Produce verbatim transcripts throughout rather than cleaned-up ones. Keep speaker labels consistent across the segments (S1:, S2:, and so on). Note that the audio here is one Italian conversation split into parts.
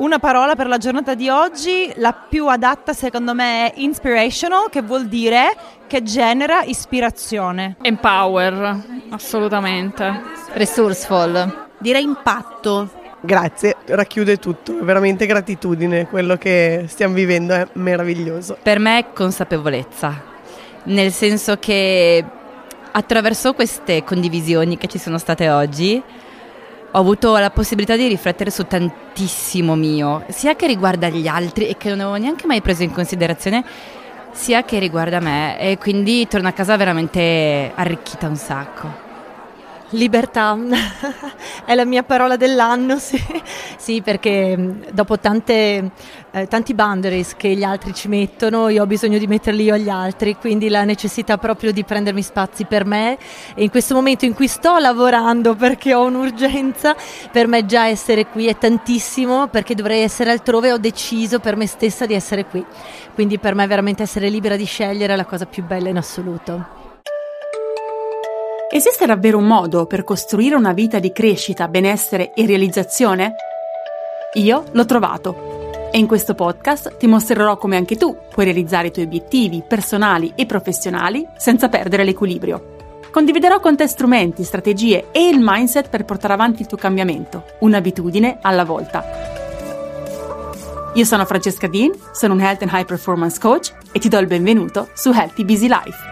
S1: Una parola per la giornata di oggi, la più adatta secondo me è inspirational, che vuol dire che genera ispirazione.
S2: Empower, assolutamente.
S3: Resourceful.
S4: Direi impatto.
S5: Grazie, racchiude tutto, è veramente gratitudine, quello che stiamo vivendo è meraviglioso.
S3: Per me è consapevolezza, nel senso che attraverso queste condivisioni che ci sono state oggi ho avuto la possibilità di riflettere su tantissimo mio, sia che riguarda gli altri e che non avevo neanche mai preso in considerazione, sia che riguarda me, e quindi torno a casa veramente arricchita un sacco.
S4: Libertà è la mia parola dell'anno, sì, sì, perché dopo tante, eh, tanti boundaries che gli altri ci mettono, io ho bisogno di metterli io agli altri, quindi la necessità proprio di prendermi spazi per me, e in questo momento in cui sto lavorando perché ho un'urgenza, per me già essere qui è tantissimo, perché dovrei essere altrove, ho deciso per me stessa di essere qui, quindi per me veramente essere libera di scegliere è la cosa più bella in assoluto.
S6: Esiste davvero un modo per costruire una vita di crescita, benessere e realizzazione? Io l'ho trovato e in questo podcast ti mostrerò come anche tu puoi realizzare i tuoi obiettivi personali e professionali senza perdere l'equilibrio. Condividerò con te strumenti, strategie e il mindset per portare avanti il tuo cambiamento, un'abitudine alla volta. Io sono Francesca Dean, sono un Health and High Performance Coach e ti do il benvenuto su Healthy Busy Life.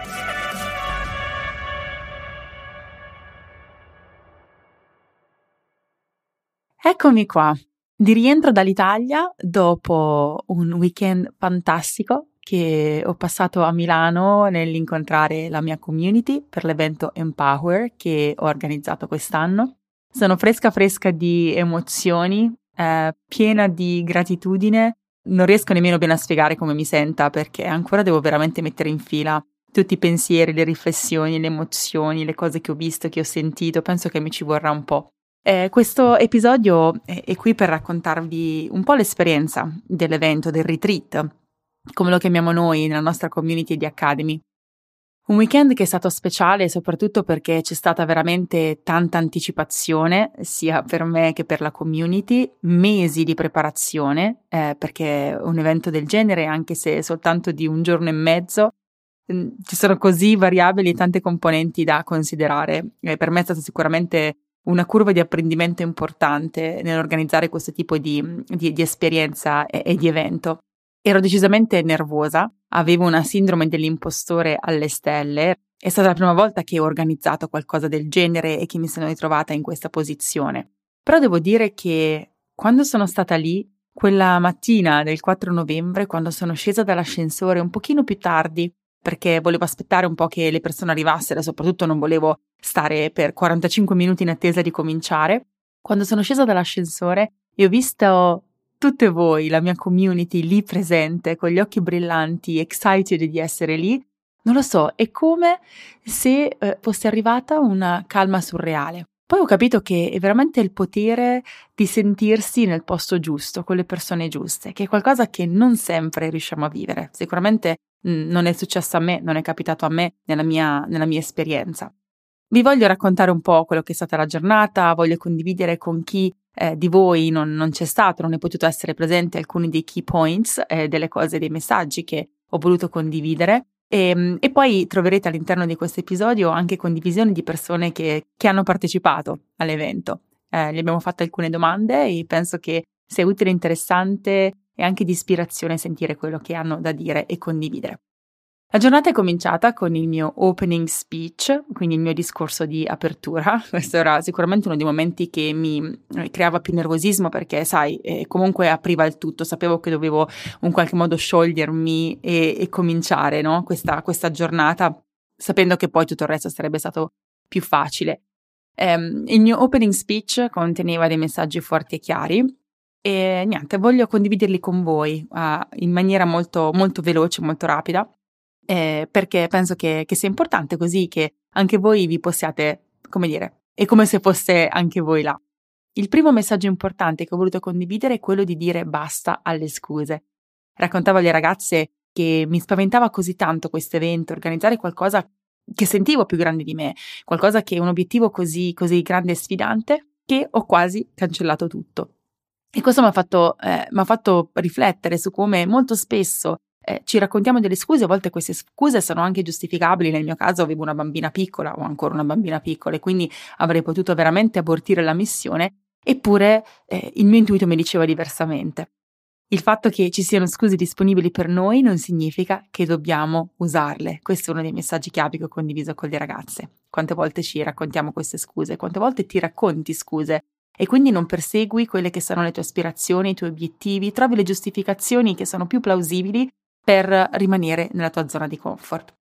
S6: Eccomi qua, di rientro dall'Italia dopo un weekend fantastico che ho passato a Milano nell'incontrare la mia community per l'evento Empower che ho organizzato quest'anno. Sono fresca fresca di emozioni, eh, piena di gratitudine, non riesco nemmeno bene a spiegare come mi senta perché ancora devo veramente mettere in fila tutti i pensieri, le riflessioni, le emozioni, le cose che ho visto, che ho sentito, penso che mi ci vorrà un po'. Eh, questo episodio è, è qui per raccontarvi un po' l'esperienza dell'evento, del retreat, come lo chiamiamo noi nella nostra community di Academy. Un weekend che è stato speciale soprattutto perché c'è stata veramente tanta anticipazione, sia per me che per la community, mesi di preparazione, eh, perché un evento del genere, anche se soltanto di un giorno e mezzo, mh, ci sono così variabili e tante componenti da considerare. Eh, per me è stato sicuramente una curva di apprendimento importante nell'organizzare questo tipo di, di, di esperienza e, e di evento. Ero decisamente nervosa, avevo una sindrome dell'impostore alle stelle, è stata la prima volta che ho organizzato qualcosa del genere e che mi sono ritrovata in questa posizione. Però devo dire che quando sono stata lì, quella mattina del quattro novembre, quando sono scesa dall'ascensore un pochino più tardi, perché volevo aspettare un po' che le persone arrivassero e soprattutto non volevo stare per quarantacinque minuti in attesa di cominciare. Quando sono scesa dall'ascensore e ho visto tutte voi, la mia community lì presente, con gli occhi brillanti, excited di essere lì, non lo so, è come se eh, fosse arrivata una calma surreale. Poi ho capito che è veramente il potere di sentirsi nel posto giusto, con le persone giuste, che è qualcosa che non sempre riusciamo a vivere. Sicuramente mh, non è successo a me, non è capitato a me nella mia, nella mia esperienza. Vi voglio raccontare un po' quello che è stata la giornata, voglio condividere con chi eh, di voi non, non c'è stato, non è potuto essere presente alcuni dei key points, eh, delle cose, dei messaggi che ho voluto condividere. E, e poi troverete all'interno di questo episodio anche condivisioni di persone che, che hanno partecipato all'evento. Eh, gli abbiamo fatto alcune domande e penso che sia utile, interessante e anche di ispirazione sentire quello che hanno da dire e condividere. La giornata è cominciata con il mio opening speech, quindi il mio discorso di apertura. Questo era sicuramente uno dei momenti che mi creava più nervosismo perché, sai, eh, comunque apriva il tutto, sapevo che dovevo in qualche modo sciogliermi e, e cominciare, no? questa, questa giornata, sapendo che poi tutto il resto sarebbe stato più facile. Um, il mio opening speech conteneva dei messaggi forti e chiari e niente, voglio condividerli con voi uh, in maniera molto, molto veloce, molto rapida. Eh, perché penso che, che sia importante così che anche voi vi possiate, come dire, è come se foste anche voi là. Il primo messaggio importante che ho voluto condividere è quello di dire basta alle scuse. Raccontavo alle ragazze che mi spaventava così tanto questo evento, organizzare qualcosa che sentivo più grande di me, qualcosa che è un obiettivo così, così grande e sfidante, che ho quasi cancellato tutto. E questo mi ha fatto, eh, mi ha fatto riflettere su come molto spesso eh, ci raccontiamo delle scuse, a volte queste scuse sono anche giustificabili. Nel mio caso avevo una bambina piccola, ho ancora una bambina piccola, e quindi avrei potuto veramente abortire la missione, eppure eh, il mio intuito mi diceva diversamente. Il fatto che ci siano scuse disponibili per noi non significa che dobbiamo usarle. Questo è uno dei messaggi chiave che ho condiviso con le ragazze. Quante volte ci raccontiamo queste scuse, quante volte ti racconti scuse e quindi non persegui quelle che sono le tue aspirazioni, i tuoi obiettivi, trovi le giustificazioni che sono più plausibili per rimanere nella tua zona di comfort.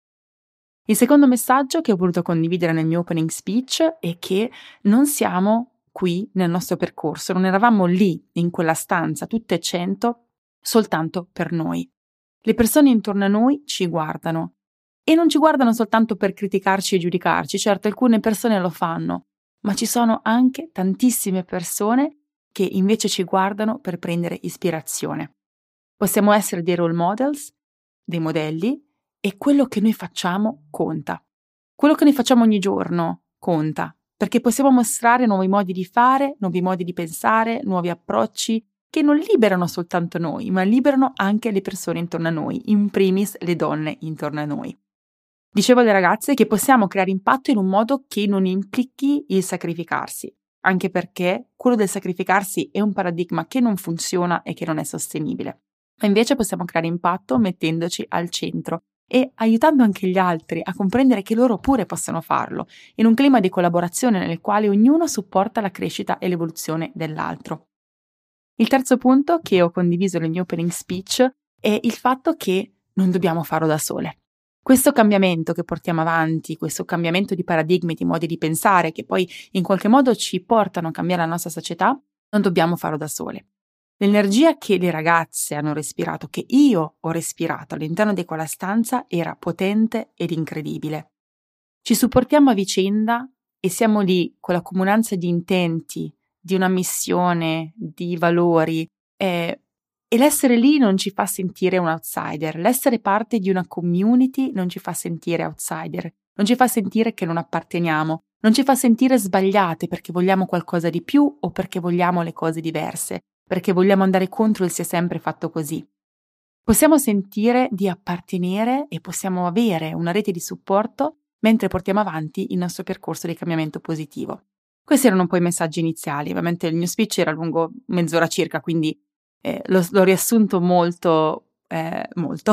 S6: Il secondo messaggio che ho voluto condividere nel mio opening speech è che non siamo qui nel nostro percorso, non eravamo lì in quella stanza tutte e cento soltanto per noi. Le persone intorno a noi ci guardano e non ci guardano soltanto per criticarci e giudicarci. Certo, alcune persone lo fanno, ma ci sono anche tantissime persone che invece ci guardano per prendere ispirazione. Possiamo essere dei role models, dei modelli, e quello che noi facciamo conta. Quello che noi facciamo ogni giorno conta, perché possiamo mostrare nuovi modi di fare, nuovi modi di pensare, nuovi approcci che non liberano soltanto noi, ma liberano anche le persone intorno a noi, in primis le donne intorno a noi. Dicevo alle ragazze che possiamo creare impatto in un modo che non implichi il sacrificarsi, anche perché quello del sacrificarsi è un paradigma che non funziona e che non è sostenibile. Ma invece possiamo creare impatto mettendoci al centro e aiutando anche gli altri a comprendere che loro pure possono farlo, in un clima di collaborazione nel quale ognuno supporta la crescita e l'evoluzione dell'altro. Il terzo punto che ho condiviso nel mio opening speech è il fatto che non dobbiamo farlo da sole. Questo cambiamento che portiamo avanti, questo cambiamento di paradigmi, di modi di pensare, che poi in qualche modo ci portano a cambiare la nostra società, non dobbiamo farlo da sole. L'energia che le ragazze hanno respirato, che io ho respirato all'interno di quella stanza, era potente ed incredibile. Ci supportiamo a vicenda e siamo lì con la comunanza di intenti, di una missione, di valori, eh, e l'essere lì non ci fa sentire un outsider, l'essere parte di una community non ci fa sentire outsider, non ci fa sentire che non apparteniamo, non ci fa sentire sbagliate perché vogliamo qualcosa di più o perché vogliamo le cose diverse, perché vogliamo andare contro il si è sempre fatto così. Possiamo sentire di appartenere e possiamo avere una rete di supporto mentre portiamo avanti il nostro percorso di cambiamento positivo. Questi erano un po' i messaggi iniziali, ovviamente il mio speech era lungo mezz'ora circa, quindi eh, l'ho, l'ho riassunto molto, eh, molto,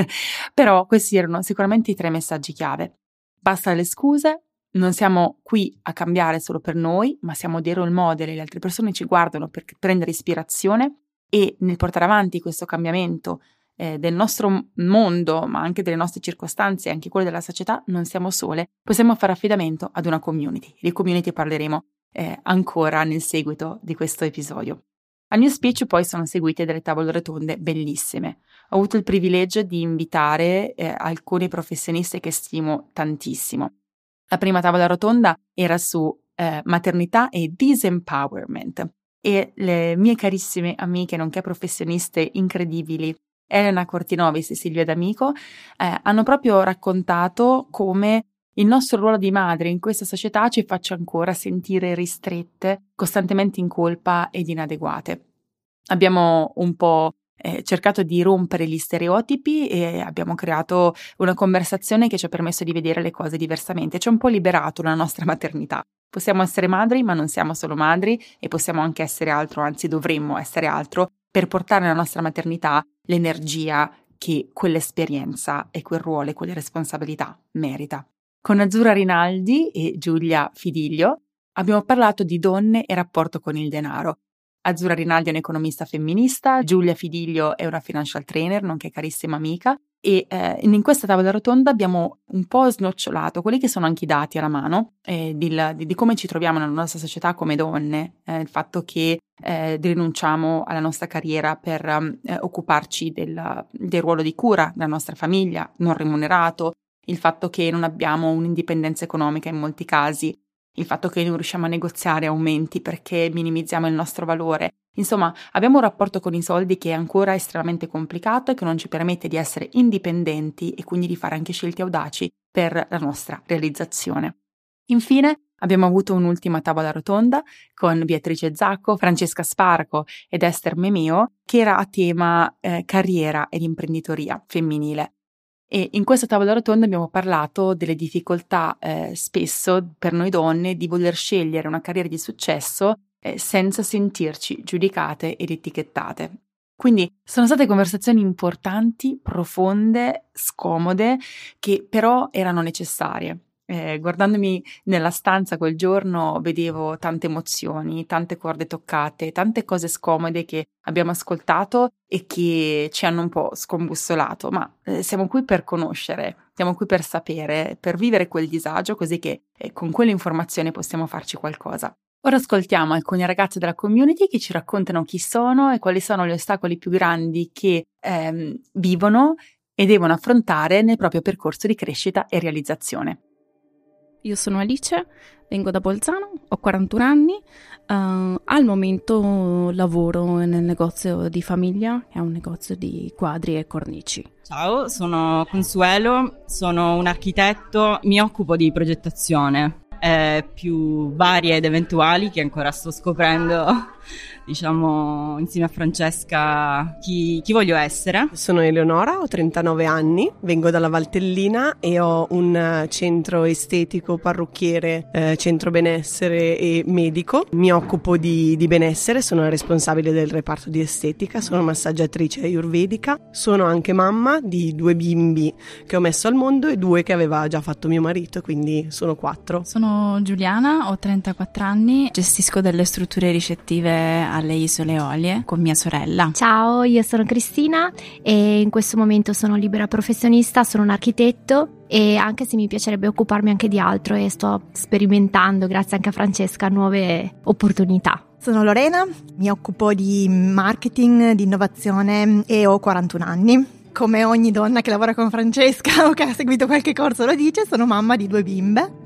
S6: però questi erano sicuramente i tre messaggi chiave. Basta le scuse, non siamo qui a cambiare solo per noi, ma siamo dei role model e le altre persone ci guardano per prendere ispirazione, e nel portare avanti questo cambiamento eh, del nostro mondo, ma anche delle nostre circostanze e anche quelle della società, non siamo sole, possiamo fare affidamento ad una community. Di community parleremo eh, ancora nel seguito di questo episodio. Al mio speech poi sono seguite delle tavole rotonde bellissime. Ho avuto il privilegio di invitare eh, alcune professioniste che stimo tantissimo. La prima tavola rotonda era su eh, maternità e disempowerment, e le mie carissime amiche, nonché professioniste incredibili, Elena Cortinovis e Silvia D'Amico, eh, hanno proprio raccontato come il nostro ruolo di madre in questa società ci faccia ancora sentire ristrette, costantemente in colpa ed inadeguate. Abbiamo un po' eh, cercato di rompere gli stereotipi e abbiamo creato una conversazione che ci ha permesso di vedere le cose diversamente, ci ha un po' liberato la nostra maternità. Possiamo essere madri, ma non siamo solo madri, e possiamo anche essere altro, anzi dovremmo essere altro, per portare nella nostra maternità l'energia che quell'esperienza e quel ruolo e quelle responsabilità merita. Con Azzurra Rinaldi e Giulia Fidiglio abbiamo parlato di donne e rapporto con il denaro. Azzurra Rinaldi è un'economista femminista, Giulia Fidiglio è una financial trainer, nonché carissima amica, e eh, in questa tavola rotonda abbiamo un po' snocciolato quelli che sono anche i dati alla mano eh, di, di, di come ci troviamo nella nostra società come donne, eh, il fatto che eh, rinunciamo alla nostra carriera per eh, occuparci del, del ruolo di cura della nostra famiglia non remunerato, il fatto che non abbiamo un'indipendenza economica in molti casi, il fatto che non riusciamo a negoziare aumenti perché minimizziamo il nostro valore. Insomma, abbiamo un rapporto con i soldi che è ancora estremamente complicato e che non ci permette di essere indipendenti e quindi di fare anche scelte audaci per la nostra realizzazione. Infine abbiamo avuto un'ultima tavola rotonda con Beatrice Zacco, Francesca Sparco ed Esther Memeo, che era a tema eh, carriera ed imprenditoria femminile. E in questa tavola rotonda abbiamo parlato delle difficoltà eh, spesso per noi donne di voler scegliere una carriera di successo eh, senza sentirci giudicate ed etichettate. Quindi sono state conversazioni importanti, profonde, scomode, che però erano necessarie. Eh, guardandomi nella stanza quel giorno vedevo tante emozioni, tante corde toccate, tante cose scomode che abbiamo ascoltato e che ci hanno un po' scombussolato, ma eh, siamo qui per conoscere, siamo qui per sapere, per vivere quel disagio, così che eh, con quelle informazioni possiamo farci qualcosa. Ora ascoltiamo alcune ragazze della community che ci raccontano chi sono e quali sono gli ostacoli più grandi che ehm, vivono e devono affrontare nel proprio percorso di crescita e realizzazione.
S7: Io sono Alice, vengo da Bolzano, ho quarantuno anni, uh, al momento lavoro nel negozio di famiglia, che è un negozio di quadri e cornici.
S8: Ciao, sono Consuelo, sono un architetto, mi occupo di progettazione, eh, più varie ed eventuali che ancora sto scoprendo, diciamo, insieme a Francesca chi, chi voglio essere.
S5: Sono Eleonora, ho trentanove anni, vengo dalla Valtellina e ho un centro estetico, parrucchiere, eh, centro benessere e medico. Mi occupo di, di benessere, sono la responsabile del reparto di estetica, sono massaggiatrice ayurvedica, sono anche mamma di due bimbi che ho messo al mondo e due che aveva già fatto mio marito, quindi sono quattro.
S9: Sono Giuliana, ho trentaquattro anni, gestisco delle strutture ricettive alle Isole Eolie con mia sorella.
S10: Ciao, io sono Cristina e in questo momento sono libera professionista, sono un architetto e anche se mi piacerebbe occuparmi anche di altro e sto sperimentando, grazie anche a Francesca, nuove opportunità.
S11: Sono Lorena, mi occupo di marketing, di innovazione e ho quarantuno anni. Come ogni donna che lavora con Francesca o che ha seguito qualche corso lo dice, sono mamma di due bimbe.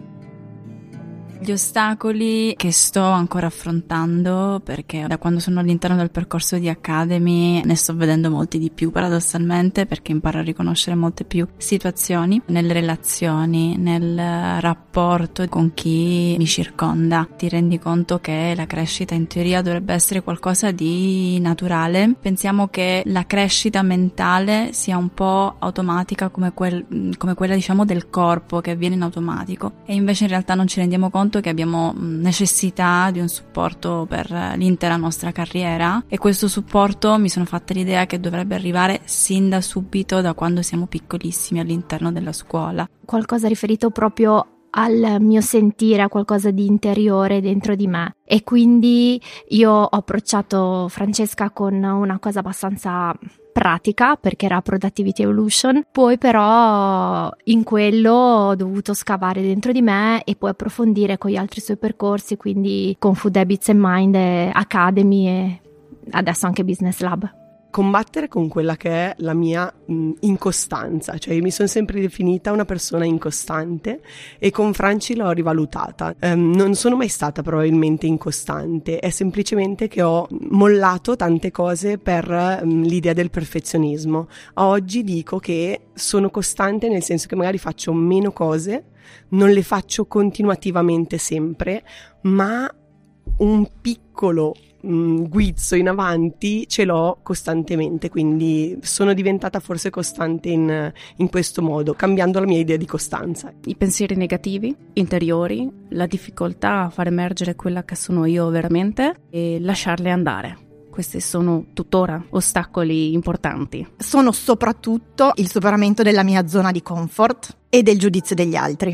S9: Gli ostacoli che sto ancora affrontando, perché da quando sono all'interno del percorso di Academy ne sto vedendo molti di più paradossalmente, perché imparo a riconoscere molte più situazioni nelle relazioni, nel rapporto con chi mi circonda. Ti rendi conto che la crescita in teoria dovrebbe essere qualcosa di naturale. Pensiamo che la crescita mentale sia un po' automatica come, quel, come quella diciamo del corpo che avviene in automatico, e invece in realtà non ci rendiamo conto che abbiamo necessità di un supporto per l'intera nostra carriera, e questo supporto mi sono fatta l'idea che dovrebbe arrivare sin da subito, da quando siamo piccolissimi all'interno della scuola.
S10: Qualcosa riferito proprio al mio sentire, a qualcosa di interiore dentro di me, e quindi io ho approcciato Francesca con una cosa abbastanza pratica perché era Productivity Evolution, poi però in quello ho dovuto scavare dentro di me e poi approfondire con gli altri suoi percorsi, quindi con Food Habits and Mind, Academy e adesso anche Business Lab.
S5: Combattere con quella che è la mia mh, incostanza, cioè io mi sono sempre definita una persona incostante e con Franci l'ho rivalutata. Um, non sono mai stata probabilmente incostante, è semplicemente che ho mollato tante cose per um, l'idea del perfezionismo. Oggi dico che sono costante nel senso che magari faccio meno cose, non le faccio continuativamente sempre, ma un piccolo mh, guizzo in avanti ce l'ho costantemente, quindi sono diventata forse costante in, in questo modo, cambiando la mia idea di costanza.
S7: I pensieri negativi, interiori, la difficoltà a far emergere quella che sono io veramente e lasciarle andare. Questi sono tuttora ostacoli importanti.
S11: Sono soprattutto il superamento della mia zona di comfort e del giudizio degli altri.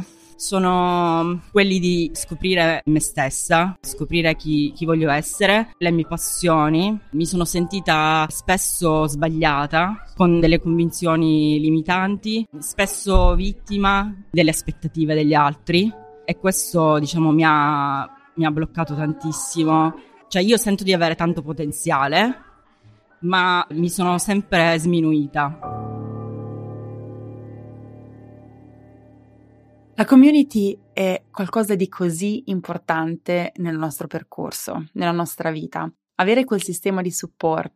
S8: Sono quelli di scoprire me stessa, scoprire chi, chi voglio essere, le mie passioni. Mi sono sentita spesso sbagliata, con delle convinzioni limitanti, spesso vittima delle aspettative degli altri, e questo, diciamo, mi ha, mi ha bloccato tantissimo. Cioè io sento di avere tanto potenziale, ma mi sono sempre sminuita.
S6: La community è qualcosa di così importante nel nostro percorso, nella nostra vita. Avere quel sistema di supporto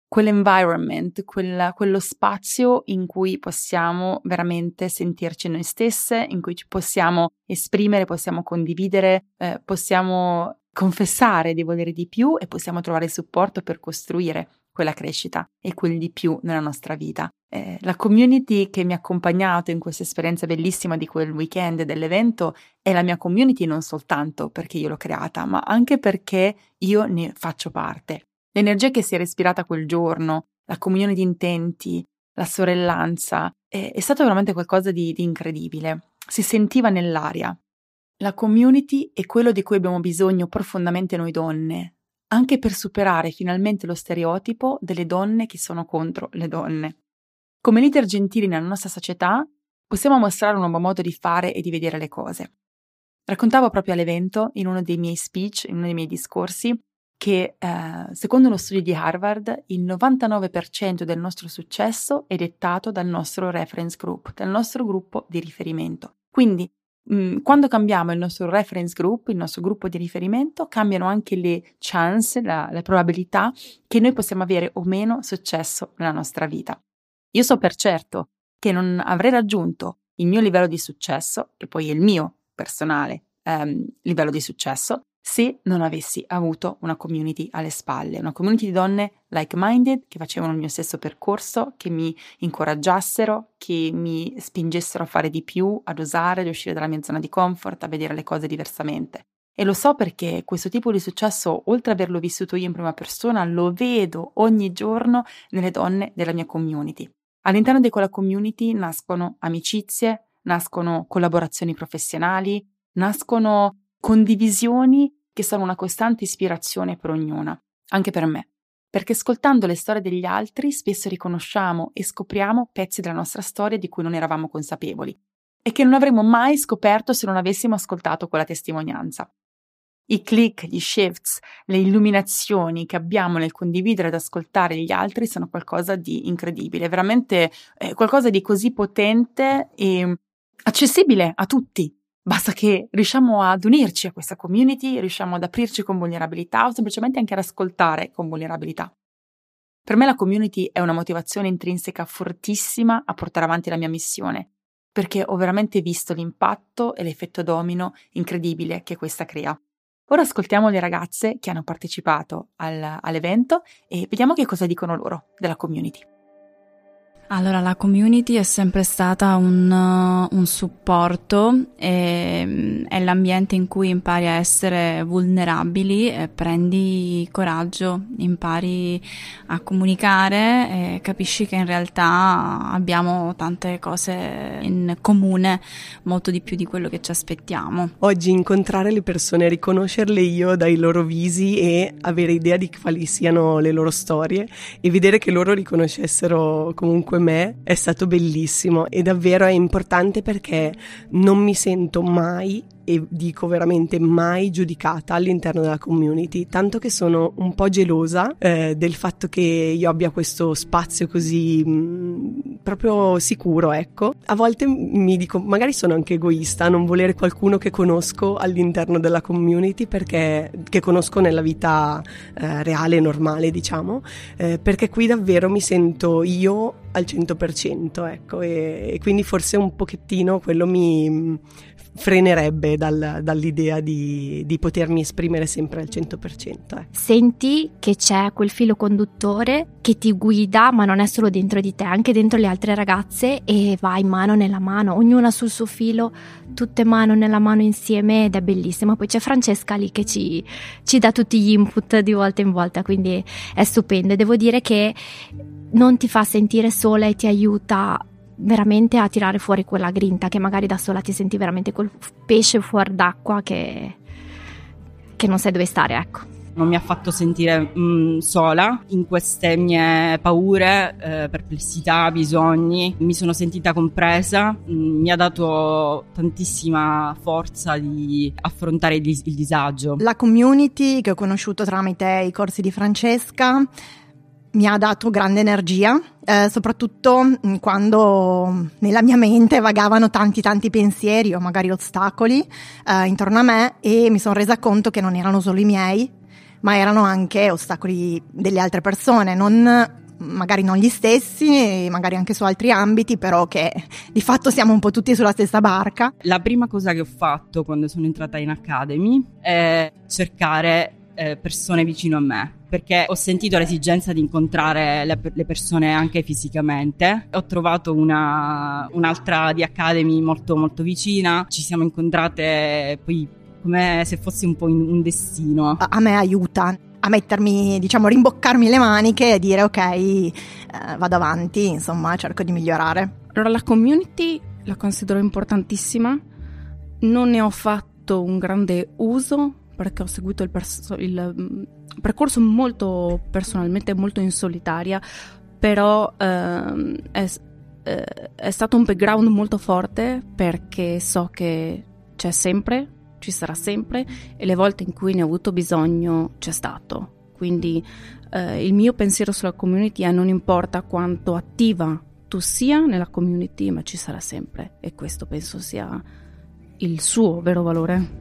S6: quell'environment, quella, quello spazio in cui possiamo veramente sentirci noi stesse, in cui ci possiamo esprimere, possiamo condividere, eh, possiamo confessare di volere di più e possiamo trovare supporto per costruire quella crescita e quel di più nella nostra vita. Eh, la community che mi ha accompagnato in questa esperienza bellissima di quel weekend dell'evento è la mia community non soltanto perché io l'ho creata, ma anche perché io ne faccio parte. L'energia che si è respirata quel giorno, la comunione di intenti, la sorellanza, è, è stato veramente qualcosa di, di incredibile. Si sentiva nell'aria. La community è quello di cui abbiamo bisogno profondamente noi donne, anche per superare finalmente lo stereotipo delle donne che sono contro le donne. Come leader gentili nella nostra società possiamo mostrare un nuovo modo di fare e di vedere le cose. Raccontavo proprio all'evento, in uno dei miei speech, in uno dei miei discorsi, che eh, secondo uno studio di Harvard il novantanove per cento del nostro successo è dettato dal nostro reference group, dal nostro gruppo di riferimento. Quindi mh, quando cambiamo il nostro reference group, il nostro gruppo di riferimento, cambiano anche le chance, la, le probabilità che noi possiamo avere o meno successo nella nostra vita. Io so per certo che non avrei raggiunto il mio livello di successo, che poi è il mio personale ehm, livello di successo, se non avessi avuto una community alle spalle, una community di donne like-minded che facevano il mio stesso percorso, che mi incoraggiassero, che mi spingessero a fare di più, ad osare, ad uscire dalla mia zona di comfort, a vedere le cose diversamente. E lo so perché questo tipo di successo, oltre ad averlo vissuto io in prima persona, lo vedo ogni giorno nelle donne della mia community. All'interno di quella community nascono amicizie, nascono collaborazioni professionali, nascono condivisioni che sono una costante ispirazione per ognuna, anche per me, perché ascoltando le storie degli altri spesso riconosciamo e scopriamo pezzi della nostra storia di cui non eravamo consapevoli e che non avremmo mai scoperto se non avessimo ascoltato quella testimonianza. I click, gli shifts, le illuminazioni che abbiamo nel condividere ed ascoltare gli altri sono qualcosa di incredibile, veramente eh, qualcosa di così potente e accessibile a tutti. Basta che riusciamo ad unirci a questa community, riusciamo ad aprirci con vulnerabilità o semplicemente anche ad ascoltare con vulnerabilità. Per me la community è una motivazione intrinseca fortissima a portare avanti la mia missione, perché ho veramente visto l'impatto e l'effetto domino incredibile che questa crea. Ora ascoltiamo le ragazze che hanno partecipato al, all'evento e vediamo che cosa dicono loro della community.
S9: Allora, la community è sempre stata un, un supporto, e, è l'ambiente in cui impari a essere vulnerabili, e prendi coraggio, impari a comunicare e capisci che in realtà abbiamo tante cose in comune, molto di più di quello che ci aspettiamo.
S5: Oggi incontrare le persone, riconoscerle io dai loro visi e avere idea di quali siano le loro storie e vedere che loro riconoscessero comunque me è stato bellissimo e davvero è importante perché non mi sento mai, e dico veramente mai, giudicata all'interno della community, tanto che sono un po' gelosa eh, del fatto che io abbia questo spazio così mh, proprio sicuro, ecco. A volte mi dico, magari sono anche egoista a non volere qualcuno che conosco all'interno della community, perché che conosco nella vita eh, reale, normale, diciamo, eh, perché qui davvero mi sento io al cento per cento, ecco, e, e quindi forse un pochettino quello mi frenerebbe dal, dall'idea di, di potermi esprimere sempre al cento per cento. Eh.
S10: Senti che c'è quel filo conduttore che ti guida, ma non è solo dentro di te, anche dentro le altre ragazze, e vai mano nella mano, ognuna sul suo filo, tutte mano nella mano insieme, ed è bellissimo. Poi c'è Francesca lì che ci, ci dà tutti gli input di volta in volta, quindi è stupendo. E devo dire che non ti fa sentire sola e ti aiuta veramente a tirare fuori quella grinta che magari da sola ti senti veramente quel pesce fuor d'acqua che, che non sai dove stare, ecco.
S8: Non mi ha fatto sentire mh, sola in queste mie paure, eh, perplessità, bisogni. Mi sono sentita compresa, mh, mi ha dato tantissima forza di affrontare il, dis- il disagio.
S11: La community che ho conosciuto tramite i corsi di Francesca mi ha dato grande energia, eh, soprattutto quando nella mia mente vagavano tanti tanti pensieri o magari ostacoli eh, intorno a me, e mi sono resa conto che non erano solo i miei, ma erano anche ostacoli delle altre persone. Non magari non gli stessi, magari anche su altri ambiti, però che di fatto siamo un po' tutti sulla stessa barca.
S8: La prima cosa che ho fatto quando sono entrata in Academy è cercare eh, persone vicino a me, perché ho sentito l'esigenza di incontrare le, le persone anche fisicamente. Ho trovato una, un'altra di Academy molto molto vicina, ci siamo incontrate poi come se fosse un po' un destino.
S11: A, a me aiuta a mettermi, diciamo, rimboccarmi le maniche e dire ok, eh, vado avanti, insomma, cerco di migliorare.
S7: Allora, la community la considero importantissima, non ne ho fatto un grande uso perché ho seguito il, perso- il um, percorso molto personalmente, molto in solitaria, però um, è, eh, è stato un background molto forte perché so che c'è sempre, ci sarà sempre, e le volte in cui ne ho avuto bisogno c'è stato. Quindi eh, il mio pensiero sulla community è: non importa quanto attiva tu sia nella community, ma ci sarà sempre, e questo penso sia il suo vero valore.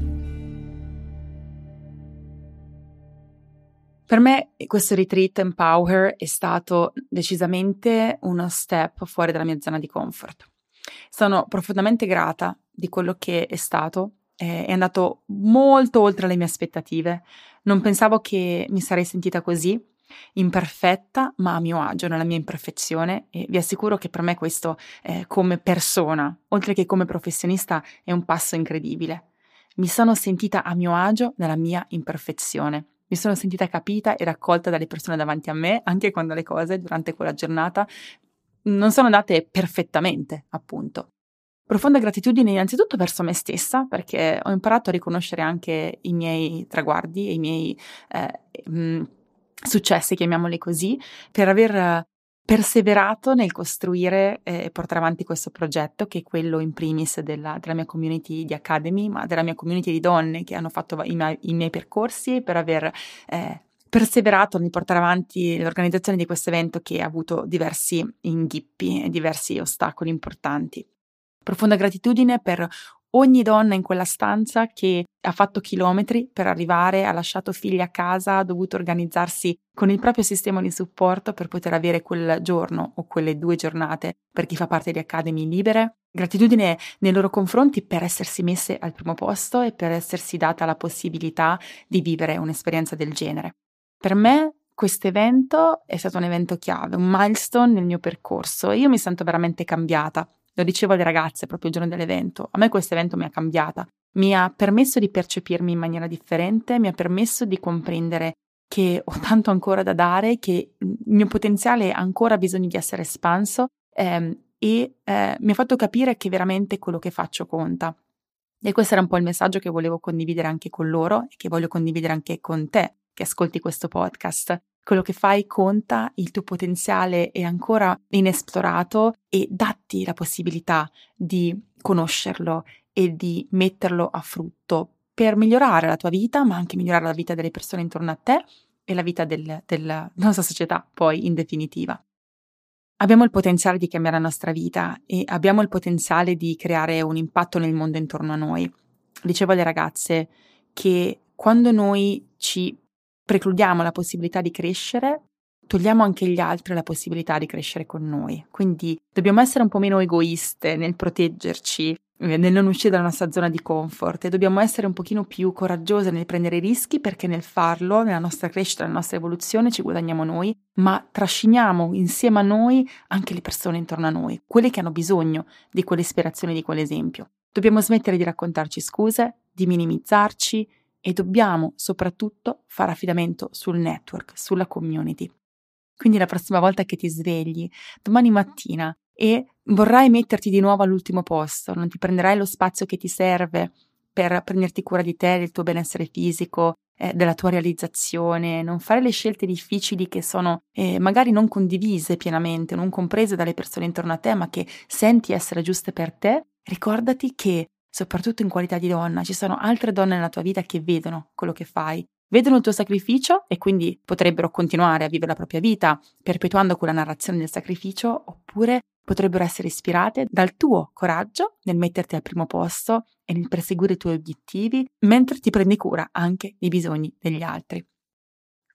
S6: Per me questo retreat Empower è stato decisamente uno step fuori dalla mia zona di comfort. Sono profondamente grata di quello che è stato, è andato molto oltre le mie aspettative. Non pensavo che mi sarei sentita così imperfetta, ma a mio agio nella mia imperfezione, e vi assicuro che per me questo eh, come persona, oltre che come professionista, è un passo incredibile. Mi sono sentita a mio agio nella mia imperfezione. Mi sono sentita capita e raccolta dalle persone davanti a me, anche quando le cose durante quella giornata non sono andate perfettamente, appunto. Profonda gratitudine innanzitutto verso me stessa, perché ho imparato a riconoscere anche i miei traguardi e i miei eh, mh, successi, chiamiamoli così, per aver perseverato nel costruire e portare avanti questo progetto, che è quello in primis della, della mia community di Academy, ma della mia community di donne che hanno fatto i miei, i miei percorsi, per aver eh, perseverato nel portare avanti l'organizzazione di questo evento che ha avuto diversi inghippi e diversi ostacoli importanti. Profonda gratitudine per ogni donna in quella stanza che ha fatto chilometri per arrivare, ha lasciato figli a casa, ha dovuto organizzarsi con il proprio sistema di supporto per poter avere quel giorno o quelle due giornate, per chi fa parte di Academy, libere. Gratitudine nei loro confronti per essersi messe al primo posto e per essersi data la possibilità di vivere un'esperienza del genere. Per me questo evento è stato un evento chiave, un milestone nel mio percorso, e io mi sento veramente cambiata. Lo dicevo alle ragazze proprio il giorno dell'evento: a me questo evento mi ha cambiata, mi ha permesso di percepirmi in maniera differente, mi ha permesso di comprendere che ho tanto ancora da dare, che il mio potenziale ha ancora bisogno di essere espanso, ehm, e eh, mi ha fatto capire che veramente quello che faccio conta. E questo era un po' il messaggio che volevo condividere anche con loro e che voglio condividere anche con te che ascolti questo podcast. Quello che fai conta, il tuo potenziale è ancora inesplorato, e datti la possibilità di conoscerlo e di metterlo a frutto per migliorare la tua vita, ma anche migliorare la vita delle persone intorno a te e la vita del, della nostra società, poi in definitiva. Abbiamo il potenziale di cambiare la nostra vita e abbiamo il potenziale di creare un impatto nel mondo intorno a noi. Dicevo alle ragazze che quando noi ci precludiamo la possibilità di crescere, togliamo anche agli altri la possibilità di crescere con noi. Quindi dobbiamo essere un po' meno egoiste nel proteggerci, nel non uscire dalla nostra zona di comfort, e dobbiamo essere un pochino più coraggiose nel prendere rischi, perché nel farlo, nella nostra crescita, nella nostra evoluzione, ci guadagniamo noi, ma trasciniamo insieme a noi anche le persone intorno a noi, quelle che hanno bisogno di quell'ispirazione, di quell'esempio. Dobbiamo smettere di raccontarci scuse, di minimizzarci, e dobbiamo soprattutto fare affidamento sul network, sulla community. Quindi la prossima volta che ti svegli, domani mattina, e vorrai metterti di nuovo all'ultimo posto, non ti prenderai lo spazio che ti serve per prenderti cura di te, del tuo benessere fisico, eh, della tua realizzazione, non fare le scelte difficili che sono eh, magari non condivise pienamente, non comprese dalle persone intorno a te, ma che senti essere giuste per te. Ricordati che soprattutto in qualità di donna, ci sono altre donne nella tua vita che vedono quello che fai, vedono il tuo sacrificio e quindi potrebbero continuare a vivere la propria vita perpetuando quella narrazione del sacrificio, oppure potrebbero essere ispirate dal tuo coraggio nel metterti al primo posto e nel perseguire i tuoi obiettivi, mentre ti prendi cura anche dei bisogni degli altri.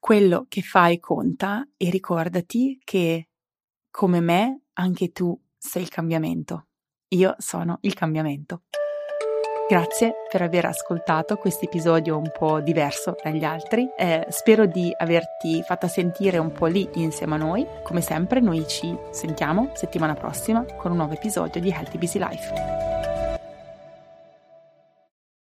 S6: quello che fai conta e ricordati che, come me, anche tu sei il cambiamento. Io sono il cambiamento. Grazie per aver ascoltato questo episodio un po' diverso dagli altri. Eh, spero di averti fatta sentire un po' lì insieme a noi. Come sempre, noi ci sentiamo settimana prossima con un nuovo episodio di Healthy Busy Life.